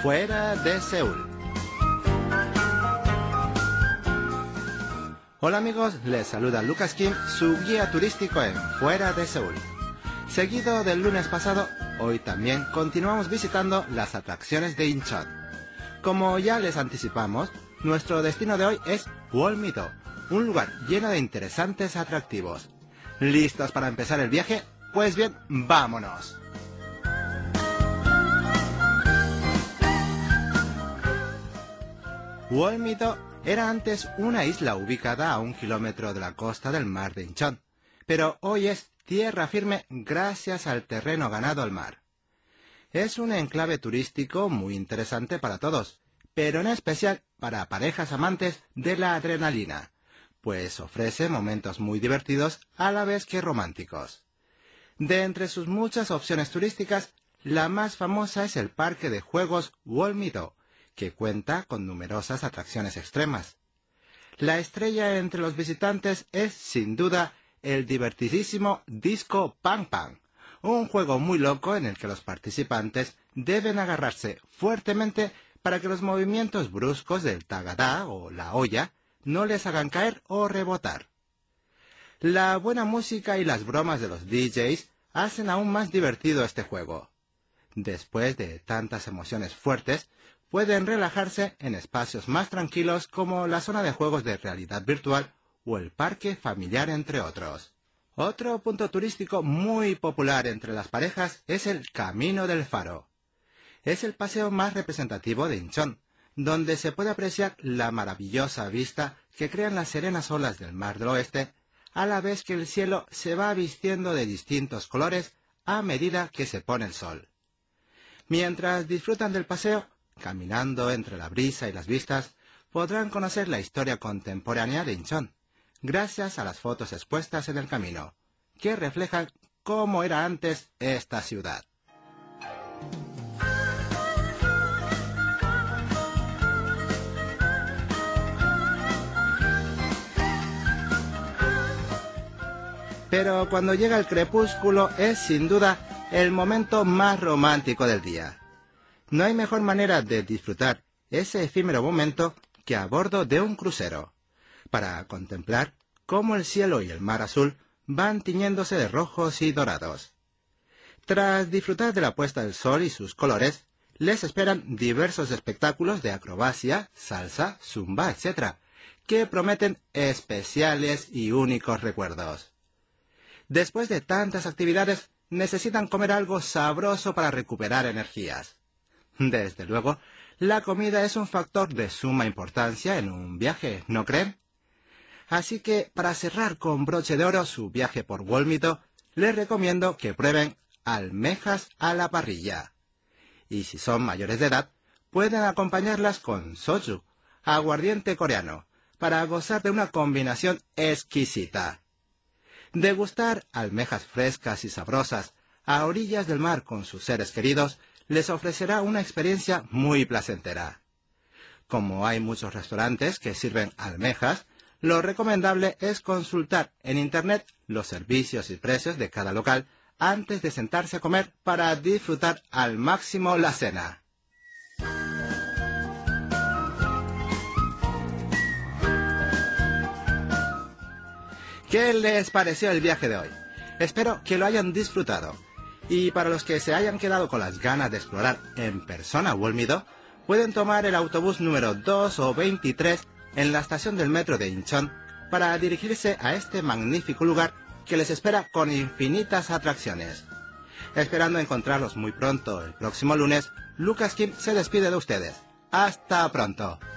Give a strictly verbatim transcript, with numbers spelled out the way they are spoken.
Fuera de Seúl. Hola amigos, les saluda Lucas Kim, su guía turístico en Fuera de Seúl. Seguido del lunes pasado, hoy también continuamos visitando las atracciones de Incheon. Como ya les anticipamos, nuestro destino de hoy es Wolmido, un lugar lleno de interesantes atractivos. ¿Listos para empezar el viaje? Pues bien, ¡vámonos! Wolmido era antes una isla ubicada a un kilómetro de la costa del mar de Incheon, pero hoy es tierra firme gracias al terreno ganado al mar. Es un enclave turístico muy interesante para todos, pero en especial para parejas amantes de la adrenalina, pues ofrece momentos muy divertidos a la vez que románticos. De entre sus muchas opciones turísticas, la más famosa es el parque de juegos Wolmido, que cuenta con numerosas atracciones extremas. La estrella entre los visitantes es, sin duda, el divertidísimo Disco Pang Pang, un juego muy loco en el que los participantes deben agarrarse fuertemente para que los movimientos bruscos del tagadá o la olla no les hagan caer o rebotar. La buena música y las bromas de los D Js hacen aún más divertido este juego. Después de tantas emociones fuertes, pueden relajarse en espacios más tranquilos como la zona de juegos de realidad virtual o el parque familiar, entre otros. Otro punto turístico muy popular entre las parejas es el Camino del Faro. Es el paseo más representativo de Incheon, donde se puede apreciar la maravillosa vista que crean las serenas olas del Mar del Oeste, a la vez que el cielo se va vistiendo de distintos colores a medida que se pone el sol. Mientras disfrutan del paseo, caminando entre la brisa y las vistas, podrán conocer la historia contemporánea de Incheon, gracias a las fotos expuestas en el camino, que reflejan cómo era antes esta ciudad. Pero cuando llega el crepúsculo es sin duda el momento más romántico del día. No hay mejor manera de disfrutar ese efímero momento que a bordo de un crucero, para contemplar cómo el cielo y el mar azul van tiñéndose de rojos y dorados. Tras disfrutar de la puesta del sol y sus colores, les esperan diversos espectáculos de acrobacia, salsa, zumba, etcétera, que prometen especiales y únicos recuerdos. Después de tantas actividades, necesitan comer algo sabroso para recuperar energías. Desde luego, la comida es un factor de suma importancia en un viaje, ¿no creen? Así que, para cerrar con broche de oro su viaje por Wolmido, les recomiendo que prueben almejas a la parrilla. Y si son mayores de edad, pueden acompañarlas con soju, aguardiente coreano, para gozar de una combinación exquisita. Degustar almejas frescas y sabrosas a orillas del mar con sus seres queridos les ofrecerá una experiencia muy placentera. Como hay muchos restaurantes que sirven almejas, lo recomendable es consultar en internet los servicios y precios de cada local antes de sentarse a comer para disfrutar al máximo la cena. ¿Qué les pareció el viaje de hoy? Espero que lo hayan disfrutado. Y para los que se hayan quedado con las ganas de explorar en persona Wolmido, pueden tomar el autobús número dos o veintitrés en la estación del metro de Incheon para dirigirse a este magnífico lugar que les espera con infinitas atracciones. Esperando encontrarlos muy pronto el próximo lunes, Lucas Kim se despide de ustedes. ¡Hasta pronto!